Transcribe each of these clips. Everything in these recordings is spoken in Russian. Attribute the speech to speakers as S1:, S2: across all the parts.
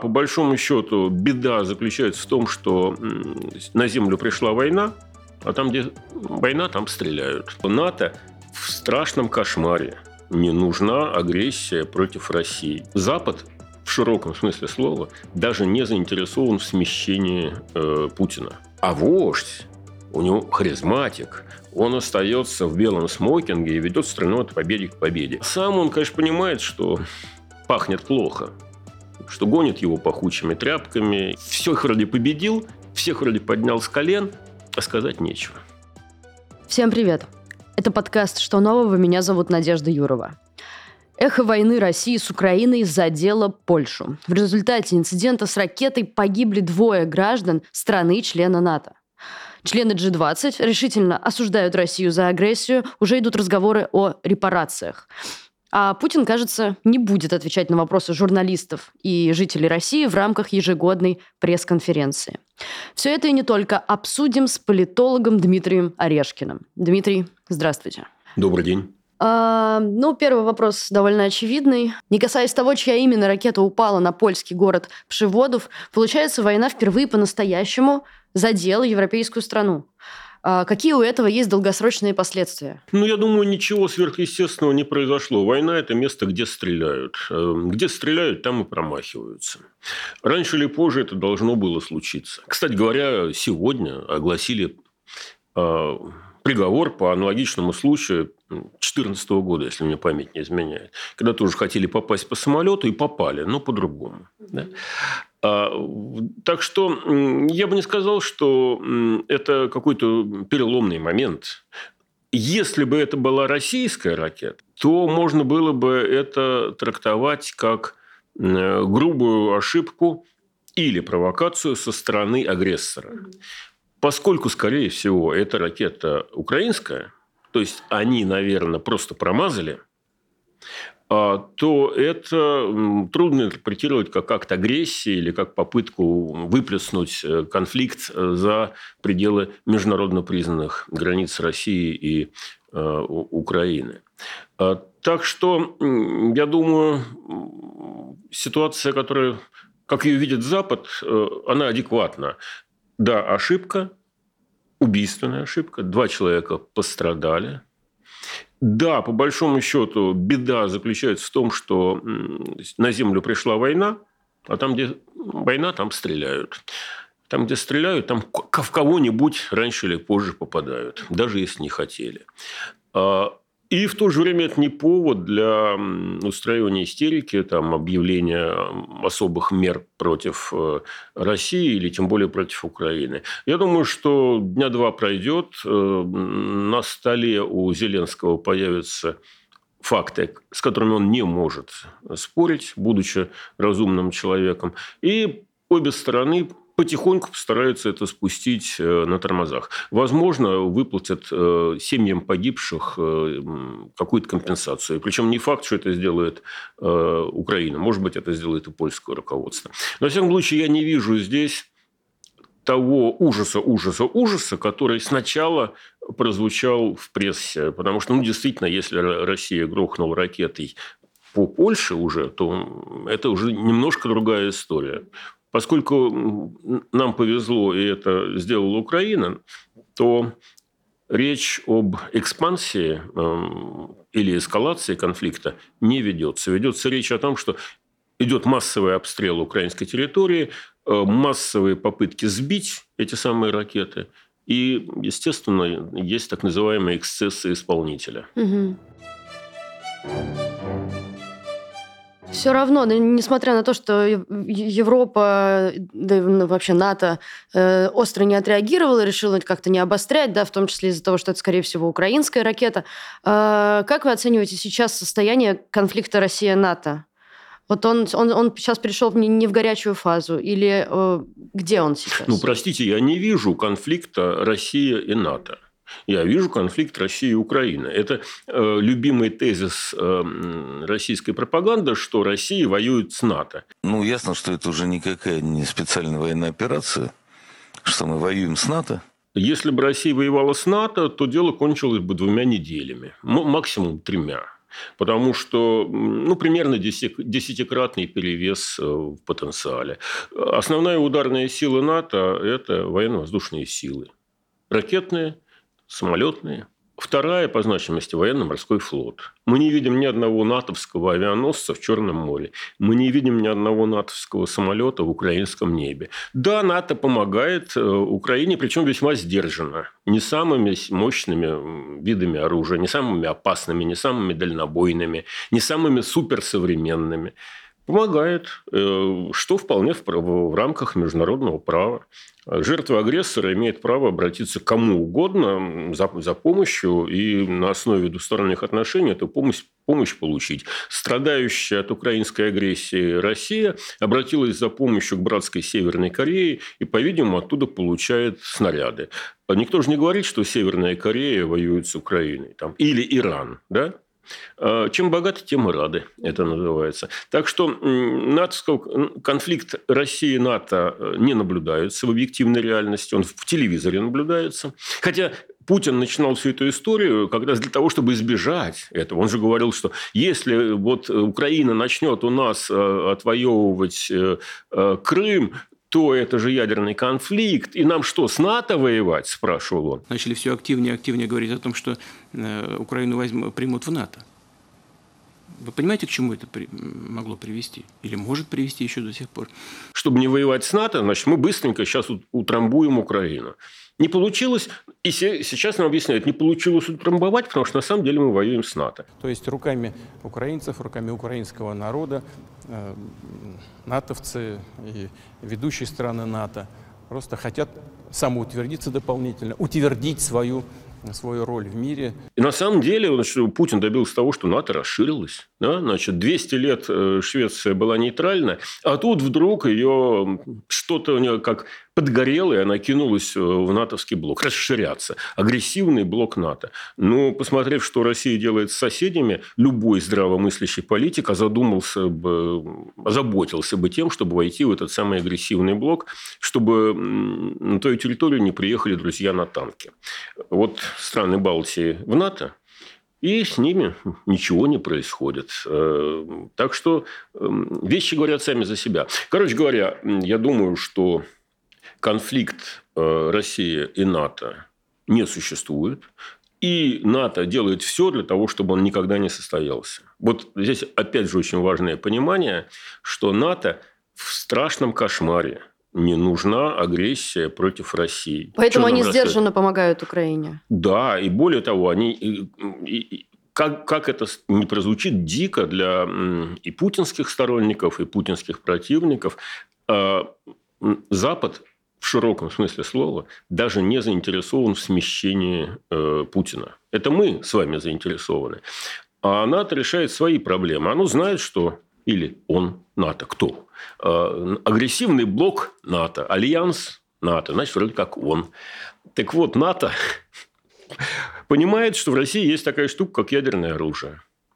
S1: По большому счету, беда заключается в том, что на Землю пришла война, а там, где война, там стреляют. НАТО в страшном кошмаре. Не нужна агрессия против России. Запад, в широком смысле слова, даже не заинтересован в смещении Путина. А вождь, у него харизматик, он остается в белом смокинге и ведет страну от победы к победе. Сам он, конечно, понимает, что пахнет плохо, что гонит его пахучими тряпками. Всех вроде победил, всех вроде поднял с колен, а сказать нечего.
S2: Всем привет! Это подкаст «Что нового?». Меня зовут Надежда Юрова. Эхо войны России с Украиной задело Польшу. В результате инцидента с ракетой погибли 2 граждан страны-члена НАТО. Члены G20 решительно осуждают Россию за агрессию, уже идут разговоры о репарациях. А Путин, кажется, не будет отвечать на вопросы журналистов и жителей России в рамках ежегодной пресс-конференции. Все это и не только обсудим с политологом Дмитрием Орешкиным. Дмитрий, здравствуйте.
S1: Добрый день.
S2: Первый вопрос довольно очевидный. Не касаясь того, чья именно ракета упала на польский город Пшеводов, получается, война впервые по-настоящему задела европейскую страну. Какие у этого есть долгосрочные последствия?
S1: Я думаю, ничего сверхъестественного не произошло. Война – это место, где стреляют. Где стреляют, там и промахиваются. Раньше или позже это должно было случиться. Кстати говоря, сегодня огласили приговор по аналогичному случаю 2014 года, если мне память не изменяет. Когда тоже хотели попасть по самолету и попали, но по-другому. Да? Так что я бы не сказал, что это какой-то переломный момент. Если бы это была российская ракета, то можно было бы это трактовать как грубую ошибку или провокацию со стороны агрессора. Поскольку, скорее всего, эта ракета украинская, то есть они, наверное, просто промазали, то это трудно интерпретировать как акт агрессии или как попытку выплеснуть конфликт за пределы международно признанных границ России и Украины. Так что, я думаю, ситуация, которая, как ее видит Запад, она адекватна. Да, ошибка, убийственная ошибка, 2 человека пострадали. Да, по большому счету, беда заключается в том, что на Землю пришла война, а там, где война, там стреляют. Там, где стреляют, там в кого-нибудь раньше или позже попадают, даже если не хотели. И в то же время это не повод для устраивания истерики, объявления особых мер против России или тем более против Украины. Я думаю, что дня 2 пройдет, на столе у Зеленского появятся факты, с которыми он не может спорить, будучи разумным человеком. И обе стороны потихоньку постараются это спустить на тормозах. Возможно, выплатят семьям погибших какую-то компенсацию. Причем не факт, что это сделает Украина. Может быть, это сделает и польское руководство. Но, во всяком случае, я не вижу здесь того ужаса, который сначала прозвучал в прессе. Потому что, действительно, если Россия грохнула ракетой по Польше уже, то это уже немножко другая история. Поскольку нам повезло, и это сделала Украина, то речь об экспансии или эскалации конфликта не ведется. Ведется речь о том, что идет массовый обстрел украинской территории, массовые попытки сбить эти самые ракеты. И, естественно, есть так называемые эксцессы исполнителя.
S2: Угу. Все равно, несмотря на то, что Европа, да и вообще НАТО остро не отреагировала, решила как-то не обострять, да, в том числе из-за того, что это, скорее всего, украинская ракета. Как вы оцениваете сейчас состояние конфликта Россия-НАТО? Вот он сейчас перешел не в горячую фазу, или где он сейчас?
S1: Простите, я не вижу конфликта Россия и НАТО. Я вижу конфликт России и Украины. Это любимый тезис российской пропаганды, что Россия воюет с НАТО.
S3: Ясно, что это уже никакая не специальная военная операция, что мы воюем с НАТО.
S1: Если бы Россия воевала с НАТО, то дело кончилось бы 2 неделями, максимум 3. Потому что примерно десятикратный перевес в потенциале. Основная ударная сила НАТО – это военно-воздушные силы. Ракетные, самолетные. Вторая по значимости – военно-морской флот. Мы не видим ни одного натовского авианосца в Черном море. Мы не видим ни одного натовского самолета в украинском небе. Да, НАТО помогает Украине, причем весьма сдержанно. Не самыми мощными видами оружия, не самыми опасными, не самыми дальнобойными, не самыми суперсовременными. Помогает, что вполне в рамках международного права. Жертва агрессора имеет право обратиться к кому угодно за помощью и на основе двусторонних отношений эту помощь получить. Страдающая от украинской агрессии Россия обратилась за помощью к братской Северной Корее и, по-видимому, оттуда получает снаряды. Никто же не говорит, что Северная Корея воюет с Украиной. Или Иран, да? Чем богаты, тем и рады, это называется. Так что конфликт России и НАТО не наблюдается в объективной реальности, он в телевизоре наблюдается. Хотя Путин начинал всю эту историю как раз для того, чтобы избежать этого. Он же говорил, что если Украина начнет у нас отвоевывать Крым, то это же ядерный конфликт. И нам что, с НАТО воевать, спрашивал он.
S4: Начали все активнее и активнее говорить о том, что Украину примут в НАТО. Вы понимаете, к чему это могло привести? Или может привести еще до сих пор?
S1: Чтобы не воевать с НАТО, значит, мы быстренько сейчас утрамбуем Украину. Не получилось, и сейчас нам объясняют, не получилось утрамбовать, потому что на самом деле мы воюем с НАТО.
S4: То есть руками украинцев, руками украинского народа, натовцы и ведущие страны НАТО просто хотят самоутвердиться дополнительно, утвердить свою роль в мире.
S1: И на самом деле Путин добился того, что НАТО расширилось. Да? 200 лет Швеция была нейтральна, а тут вдруг ее что-то у нее как подгорело, и она кинулась в натовский блок. Расширяться. Агрессивный блок НАТО. Но, посмотрев, что Россия делает с соседями, любой здравомыслящий политик озаботился бы тем, чтобы войти в этот самый агрессивный блок, чтобы на твою территорию не приехали друзья на танке. Вот страны Балтии в НАТО, и с ними ничего не происходит. Так что вещи говорят сами за себя. Короче говоря, я думаю, что конфликт России и НАТО не существует. И НАТО делает все для того, чтобы он никогда не состоялся. Вот здесь опять же очень важное понимание, что НАТО в страшном кошмаре. Не нужна агрессия против России.
S2: Поэтому они сдержанно помогают Украине.
S1: Да, и более того, они... Как это не прозвучит дико для и путинских сторонников, и путинских противников, Запад в широком смысле слова даже не заинтересован в смещении Путина. Это мы с вами заинтересованы. А НАТО решает свои проблемы. Оно знает, что... Или он, НАТО, кто? Агрессивный блок НАТО, альянс НАТО, значит, вроде как он. Так вот, НАТО понимает, что в России есть такая штука, как ядерное оружие.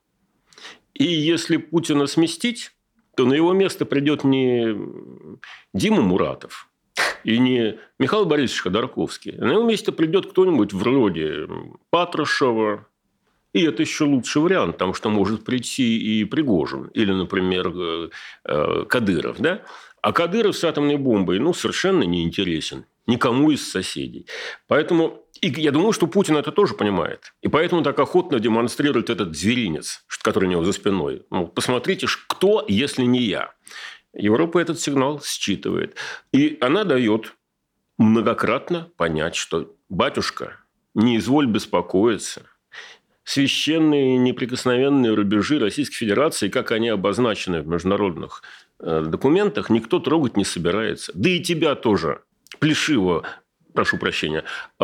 S1: И если Путина сместить, то на его место придет не Дима Муратов и не Михаил Борисович Ходорковский. На его место придет кто-нибудь вроде Патрушева. И это еще лучший вариант, потому что может прийти и Пригожин. Или, например, Кадыров. Да? А Кадыров с атомной бомбой совершенно не интересен никому из соседей. Поэтому и я думаю, что Путин это тоже понимает. И поэтому так охотно демонстрирует этот зверинец, который у него за спиной. Посмотрите, кто, если не я. Европа этот сигнал считывает. И она дает многократно понять, что батюшка, не изволь беспокоиться. Священные неприкосновенные рубежи Российской Федерации, как они обозначены в международных документах, никто трогать не собирается. Да и тебя тоже, плешивого, прошу прощения,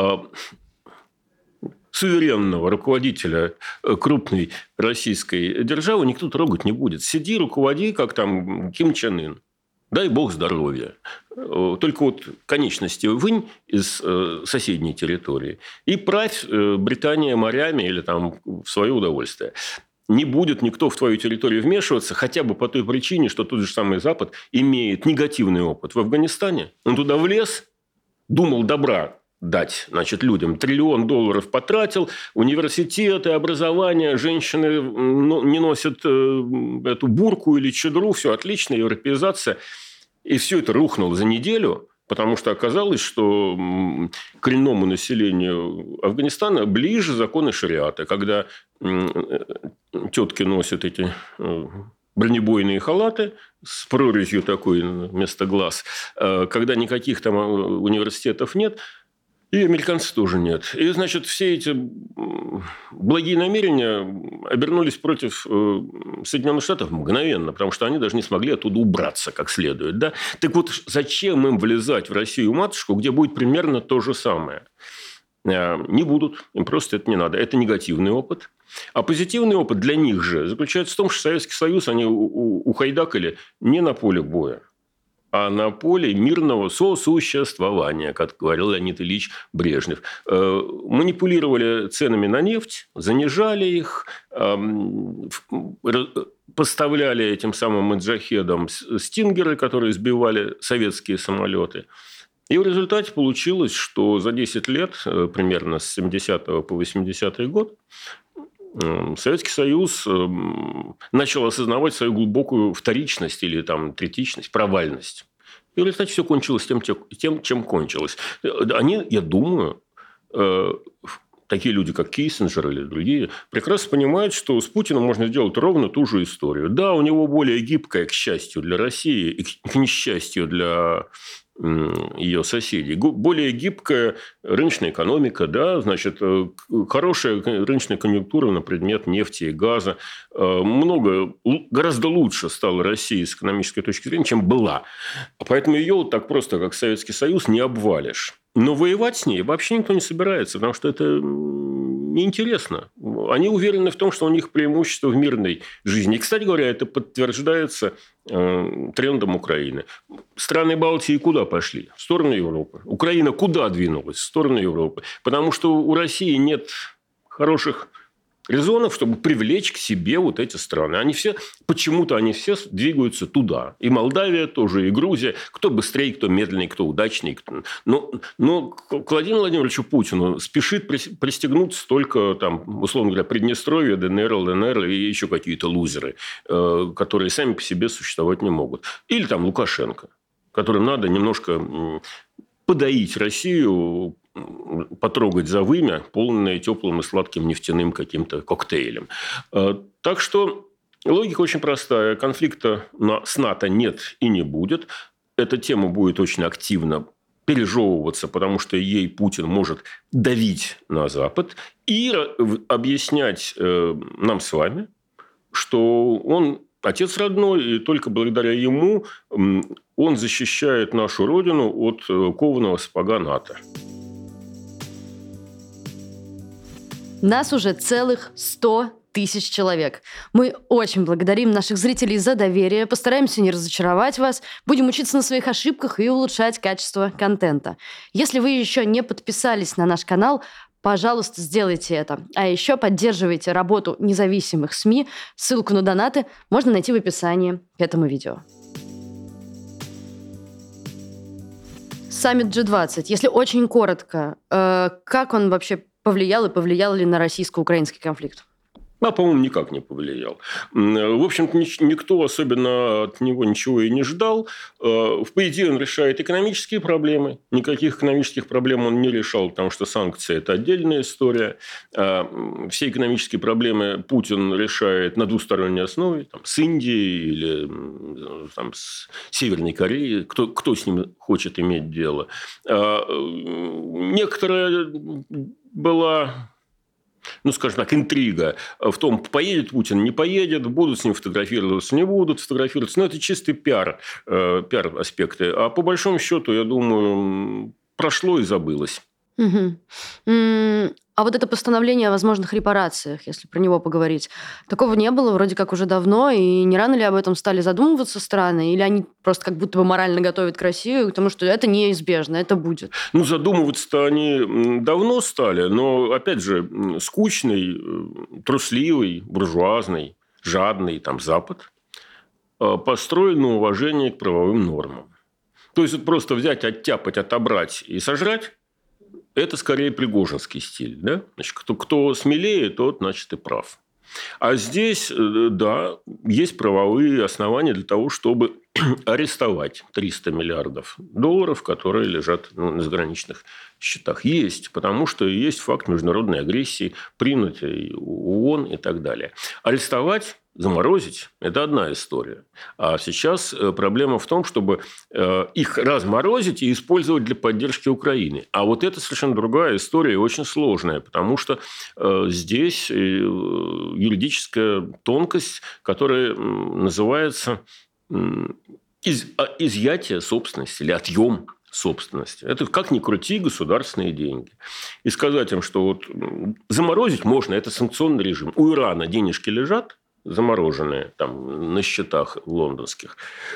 S1: суверенного руководителя крупной российской державы никто трогать не будет. Сиди, руководи, как там Ким Чен Ын. Дай бог здоровья. Только конечности вынь из соседней территории и правь Британия морями или там в свое удовольствие. Не будет никто в твою территорию вмешиваться, хотя бы по той причине, что тот же самый Запад имеет негативный опыт в Афганистане. Он туда влез, думал добра дать, значит, людям. $1 триллион потратил, университеты, образование, женщины не носят эту бурку или чедру, все отлично, европеизация. И все это рухнуло за неделю, потому что оказалось, что коренному населению Афганистана ближе законы шариата, когда тетки носят эти бронебойные халаты с прорезью такой вместо глаз, когда никаких там университетов нет, и американцев тоже нет. И, значит, все эти благие намерения обернулись против Соединенных Штатов мгновенно, потому что они даже не смогли оттуда убраться как следует. Да? Так вот, зачем им влезать в Россию-матушку, где будет примерно то же самое? Не будут, им просто это не надо. Это негативный опыт. А позитивный опыт для них же заключается в том, что Советский Союз они ухайдакали не на поле боя, а на поле мирного сосуществования, как говорил Леонид Ильич Брежнев. Манипулировали ценами на нефть, занижали их, поставляли этим самым маджахедам стингеры, которые сбивали советские самолеты. И в результате получилось, что за 10 лет, примерно с 70 по 80 год, Советский Союз начал осознавать свою глубокую вторичность или там, третичность, провальность. И в результате все кончилось тем, чем кончилось. Они, я думаю, такие люди, как Киссинджер или другие, прекрасно понимают, что с Путиным можно сделать ровно ту же историю. Да, у него более гибкая, к счастью, для России и к несчастью для ее соседей. Более гибкая рыночная экономика, да, значит, хорошая рыночная конъюнктура на предмет нефти и газа. Гораздо лучше стала Россия с экономической точки зрения, чем была. Поэтому ее вот так просто, как Советский Союз, не обвалишь. Но воевать с ней вообще никто не собирается, потому что это неинтересно. Они уверены в том, что у них преимущество в мирной жизни. И, кстати говоря, это подтверждается трендом Украины. Страны Балтии куда пошли? В сторону Европы. Украина куда двинулась? В сторону Европы. Потому что у России нет хороших резонов, чтобы привлечь к себе вот эти страны. Почему-то они все двигаются туда. И Молдавия тоже, и Грузия. Кто быстрее, кто медленнее, кто удачнее. Но к Владимиру Владимировичу Путину спешит пристегнуться только, там, условно говоря, Приднестровье, ДНР, ЛНР и еще какие-то лузеры, которые сами по себе существовать не могут. Или там Лукашенко, которым надо немножко подоить Россию, потрогать за вымя, полное теплым и сладким нефтяным каким-то коктейлем. Так что логика очень простая. Конфликта с НАТО нет и не будет. Эта тема будет очень активно пережевываться, потому что ей Путин может давить на Запад и объяснять нам с вами, что он отец родной, и только благодаря ему он защищает нашу родину от кованого сапога НАТО.
S2: Нас уже целых 100 тысяч человек. Мы очень благодарим наших зрителей за доверие, постараемся не разочаровать вас, будем учиться на своих ошибках и улучшать качество контента. Если вы еще не подписались на наш канал, пожалуйста, сделайте это. А еще поддерживайте работу независимых СМИ. Ссылку на донаты можно найти в описании к этому видео. Саммит G20. Если очень коротко, как он вообще повлиял и повлиял ли на российско-украинский конфликт?
S1: По-моему, никак не повлиял. В общем-то, никто особенно от него ничего и не ждал. По идее, он решает экономические проблемы. Никаких экономических проблем он не решал, потому что санкции – это отдельная история. Все экономические проблемы Путин решает на двусторонней основе. Там, с Индией или там, с Северной Кореей. Кто с ним хочет иметь дело. Некоторая была... скажем так, интрига в том, поедет Путин, не поедет, будут с ним фотографироваться, не будут фотографироваться. Но это чистый пиар-аспекты. А по большому счету, я думаю, прошло и забылось.
S2: Угу. А вот это постановление о возможных репарациях, если про него поговорить, такого не было вроде как уже давно, и не рано ли об этом стали задумываться страны, или они просто как будто бы морально готовят к России, потому что это неизбежно, это будет?
S1: Задумываться-то они давно стали, но, опять же, скучный, трусливый, буржуазный, жадный там Запад построен на уважении к правовым нормам. То есть, просто взять, оттяпать, отобрать и сожрать это скорее пригожинский стиль. Да? Значит, кто смелее, тот, значит, и прав. А здесь, да, есть правовые основания для того, чтобы арестовать 300 миллиардов долларов, которые лежат на заграничных счетах. Есть, потому что есть факт международной агрессии, принятый ООН и так далее. Арестовать, заморозить – это одна история. А сейчас проблема в том, чтобы их разморозить и использовать для поддержки Украины. А вот это совершенно другая история, очень сложная, потому что здесь юридическая тонкость, которая называется изъятие собственности или отъем собственности. Это, как ни крути, государственные деньги. И сказать им, что вот заморозить можно, это санкционный режим. У Ирана денежки лежат, замороженные там, на счетах лондонских.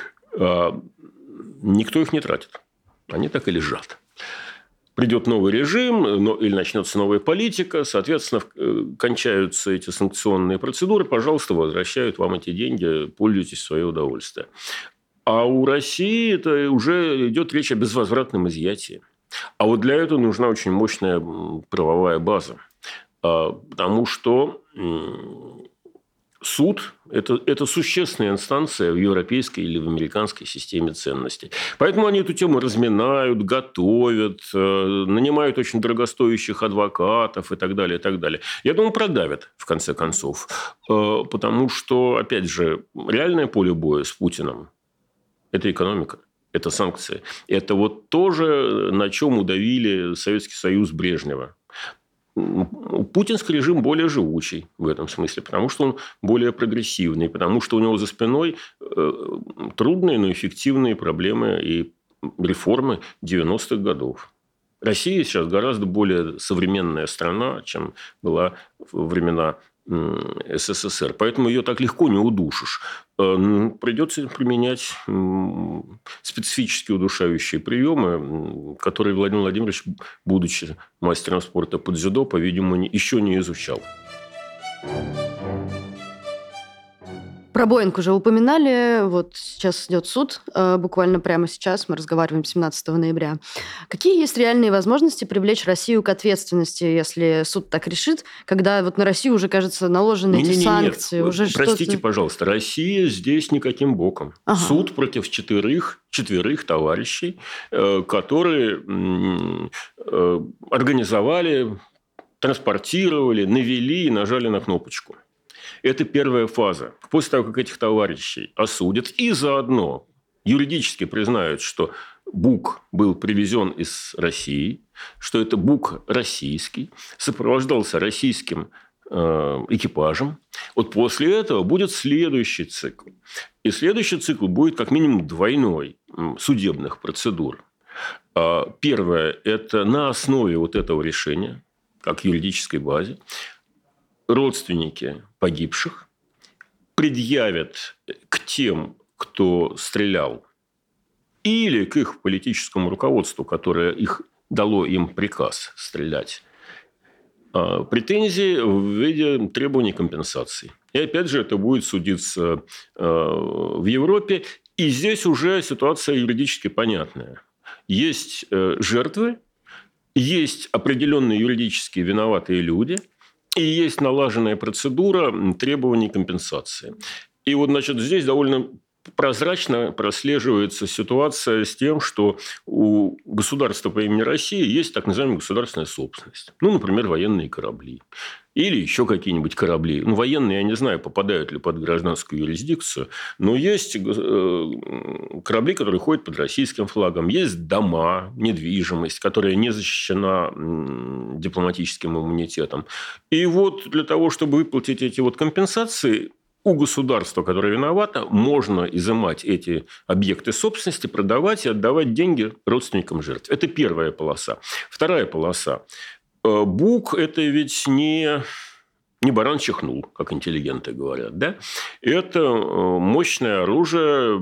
S1: Никто их не тратит. Они так и лежат. Придет новый режим или начнется новая политика, соответственно, кончаются эти санкционные процедуры, пожалуйста, возвращают вам эти деньги, пользуйтесь в свое удовольствие. А у России это уже идет речь о безвозвратном изъятии. А вот для этого нужна очень мощная правовая база. Потому что суд – это существенная инстанция в европейской или в американской системе ценностей. Поэтому они эту тему разминают, готовят, нанимают очень дорогостоящих адвокатов и так далее, и так далее. Я думаю, продавят, в конце концов. Потому что, опять же, реальное поле боя с Путиным – это экономика. Это санкции. Это вот тоже, на чем удавили Советский Союз Брежнева. Путинский режим более живучий в этом смысле, потому что он более прогрессивный, потому что у него за спиной трудные, но эффективные проблемы и реформы 90-х годов. Россия сейчас гораздо более современная страна, чем была во времена СССР. Поэтому ее так легко не удушишь. Придется применять специфические удушающие приемы, которые Владимир Владимирович, будучи мастером спорта по дзюдо, по-видимому, еще не изучал.
S2: Про Боинг уже упоминали. Вот сейчас идет суд. Буквально прямо сейчас мы разговариваем 17 ноября. Какие есть реальные возможности привлечь Россию к ответственности, если суд так решит, когда вот на Россию уже, кажется, наложены эти санкции? Уже
S1: простите, пожалуйста, Россия здесь никаким боком. Ага. Суд против четверых товарищей, которые организовали, транспортировали, навели и нажали на кнопочку. Это первая фаза. После того, как этих товарищей осудят и заодно юридически признают, что БУК был привезен из России, что это БУК российский, сопровождался российским экипажем, вот после этого будет следующий цикл. И следующий цикл будет как минимум двойной судебных процедур. Первое – это на основе вот этого решения, как юридической базе, родственники погибших предъявят к тем, кто стрелял, или к их политическому руководству, которое дало им приказ стрелять, претензии в виде требований компенсаций. И опять же, это будет судиться в Европе. И здесь уже ситуация юридически понятная. Есть жертвы, есть определенные юридически виноватые люди – и есть налаженная процедура требований компенсации. И вот, значит, здесь довольно прозрачно прослеживается ситуация с тем, что у государства по имени Россия есть так называемая государственная собственность. Ну, например, военные корабли. Или еще какие-нибудь корабли. Ну, военные, я не знаю, попадают ли под гражданскую юрисдикцию. Но есть корабли, которые ходят под российским флагом. Есть дома, недвижимость, которая не защищена дипломатическим иммунитетом. И вот для того, чтобы выплатить эти вот компенсации, у государства, которое виновато, можно изымать эти объекты собственности, продавать и отдавать деньги родственникам жертв. Это первая полоса. Вторая полоса. БУК – это ведь не баран чихнул, как интеллигенты говорят. Да? Это мощное оружие,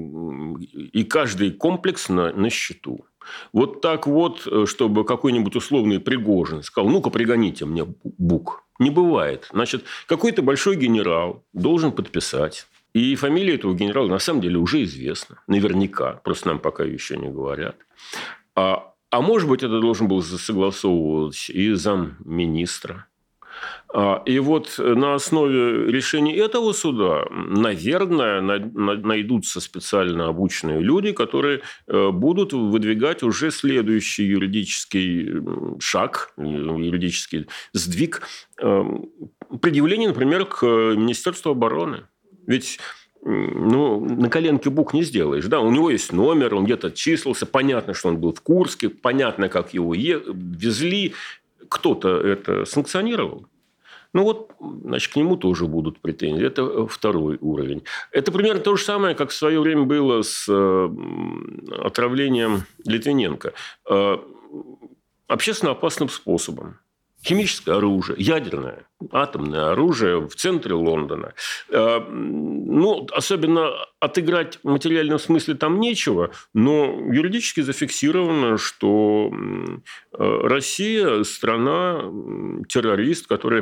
S1: и каждый комплекс на счету. Вот так вот, чтобы какой-нибудь условный Пригожин сказал, ну-ка, пригоните мне БУК. Не бывает. Значит, какой-то большой генерал должен подписать. И фамилия этого генерала на самом деле уже известна. Наверняка. Просто нам пока еще не говорят. А А может быть, это должен был согласовывать и замминистра. И вот на основе решений этого суда, наверное, найдутся специально обученные люди, которые будут выдвигать уже следующий юридический шаг, юридический сдвиг, предъявление, например, к Министерству обороны. Ведь на коленке бук не сделаешь. Да? У него есть номер, он где-то числился, понятно, что он был в Курске, понятно, как его везли. Кто-то это санкционировал. Значит, к нему тоже будут претензии. Это второй уровень. Это примерно то же самое, как в свое время было с отравлением Литвиненко. Общественно опасным способом. Химическое оружие, ядерное, атомное оружие в центре Лондона. Особенно отыграть в материальном смысле там нечего, но юридически зафиксировано, что Россия – страна-террорист, которая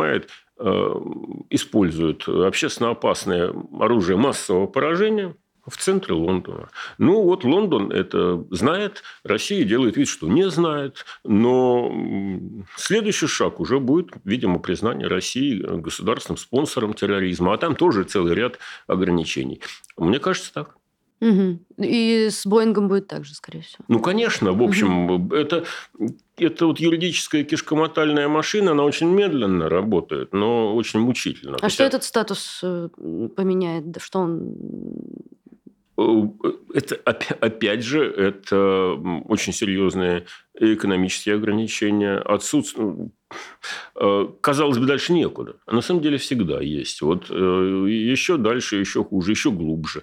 S1: использует общественно опасное оружие массового поражения в центре Лондона. Лондон это знает, Россия делает вид, что не знает, но следующий шаг уже будет, видимо, признание России государственным спонсором терроризма, а там тоже целый ряд ограничений. Мне кажется, так.
S2: Угу. И с Боингом будет так же, скорее всего.
S1: Конечно. В общем, это юридическая кишкомотальная машина, она очень медленно работает, но очень мучительно.
S2: Что этот статус поменяет? Что он...
S1: Это, опять же, это очень серьезные экономические ограничения. Казалось бы, дальше некуда. А на самом деле всегда есть. Еще дальше, еще хуже, еще глубже.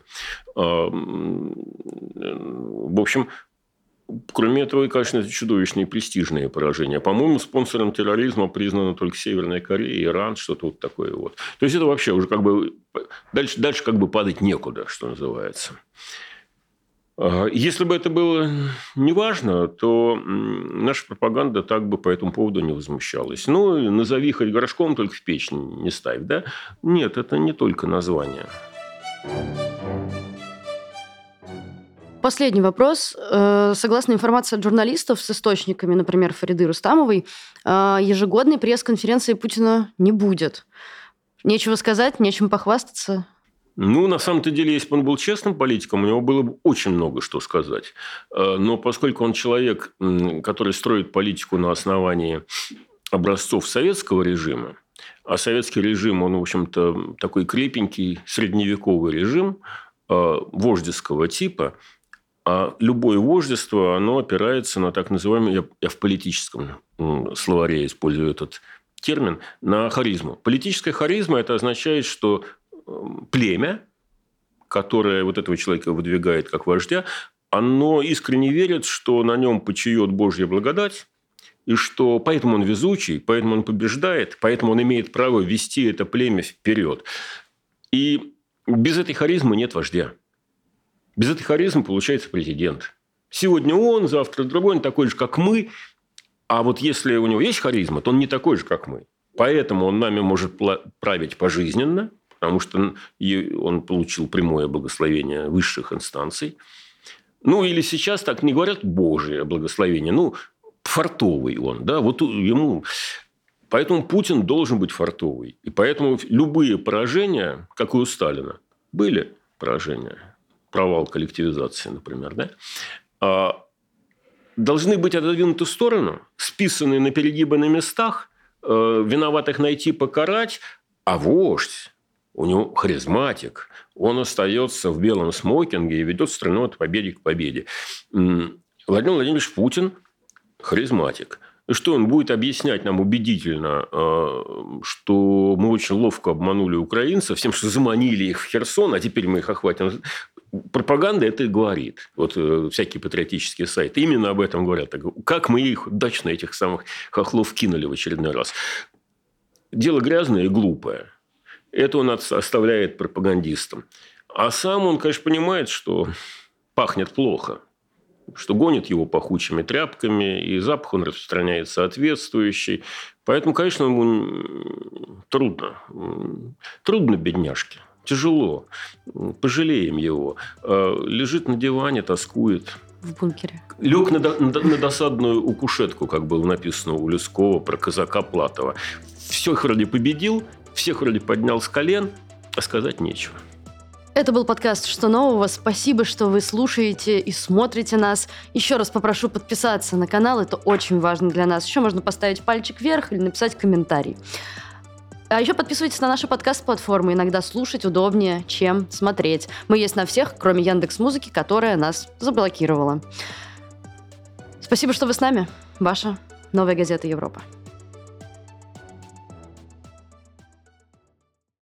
S1: В общем, кроме этого, конечно, это чудовищные престижные поражения. По-моему, спонсором терроризма признана только Северная Корея, Иран, что-то вот такое вот. То есть, это вообще уже дальше падать некуда, что называется. Если бы это было неважно, то наша пропаганда так бы по этому поводу не возмущалась. Назови хоть горшком, только в печь не ставь, да? Нет, это не только название.
S2: Последний вопрос. Согласно информации от журналистов с источниками, например, Фариды Рустамовой, ежегодной пресс-конференции Путина не будет. Нечего сказать, нечем похвастаться.
S1: На самом-то деле, если бы он был честным политиком, у него было бы очень много что сказать. Но поскольку он человек, который строит политику на основании образцов советского режима, а советский режим, он, в общем-то, такой крепенький средневековый режим вождеского типа, а любое вождество, оно опирается на так называемый, я в политическом словаре использую этот термин, на харизму. Политическая харизма – это означает, что племя, которое вот этого человека выдвигает как вождя, оно искренне верит, что на нем почиет Божья благодать, и что поэтому он везучий, поэтому он побеждает, поэтому он имеет право вести это племя вперед. И без этой харизмы нет вождя. Без этой харизмы получается президент. Сегодня он, завтра другой, он такой же, как мы. А вот если у него есть харизма, то он не такой же, как мы. Поэтому он нами может править пожизненно, потому что он получил прямое благословение высших инстанций. Или сейчас так не говорят Божие благословение. Фартовый он. Да? Вот ему... Поэтому Путин должен быть фартовый. И поэтому любые поражения, как и у Сталина, были поражения. Провал коллективизации, например. Да? Должны быть отодвинуты в сторону, списаны на перегибы на местах, виноватых найти, покарать, а вождь, у него харизматик, он остается в белом смокинге и ведет страну от победы к победе. Владимир Владимирович Путин харизматик. И что он будет объяснять нам убедительно, что мы очень ловко обманули украинцев, тем, что заманили их в Херсон, а теперь мы их охватим. Пропаганда это и говорит. Всякие патриотические сайты именно об этом говорят. Как мы их удачно, этих самых хохлов, кинули в очередной раз. Дело грязное и глупое. Это он оставляет пропагандистам. А сам он, конечно, понимает, что пахнет плохо. Что гонит его пахучими тряпками, и запах он распространяет соответствующий. Поэтому, конечно, ему трудно. Трудно, бедняжке. Тяжело. Пожалеем его. Лежит на диване, тоскует.
S2: в бункере.
S1: Лег на досадную укушетку, как было написано у Лескова про казака Платова. Всех вроде победил, всех вроде поднял с колен, а сказать нечего.
S2: Это был подкаст «Что нового?». Спасибо, что вы слушаете и смотрите нас. Еще раз попрошу подписаться на канал, это очень важно для нас. Еще можно поставить пальчик вверх или написать комментарий. А еще подписывайтесь на наши подкаст-платформы. Иногда слушать удобнее, чем смотреть. Мы есть на всех, кроме Яндекс.Музыки, которая нас заблокировала. Спасибо, что вы с нами. Ваша Новая газета Европа.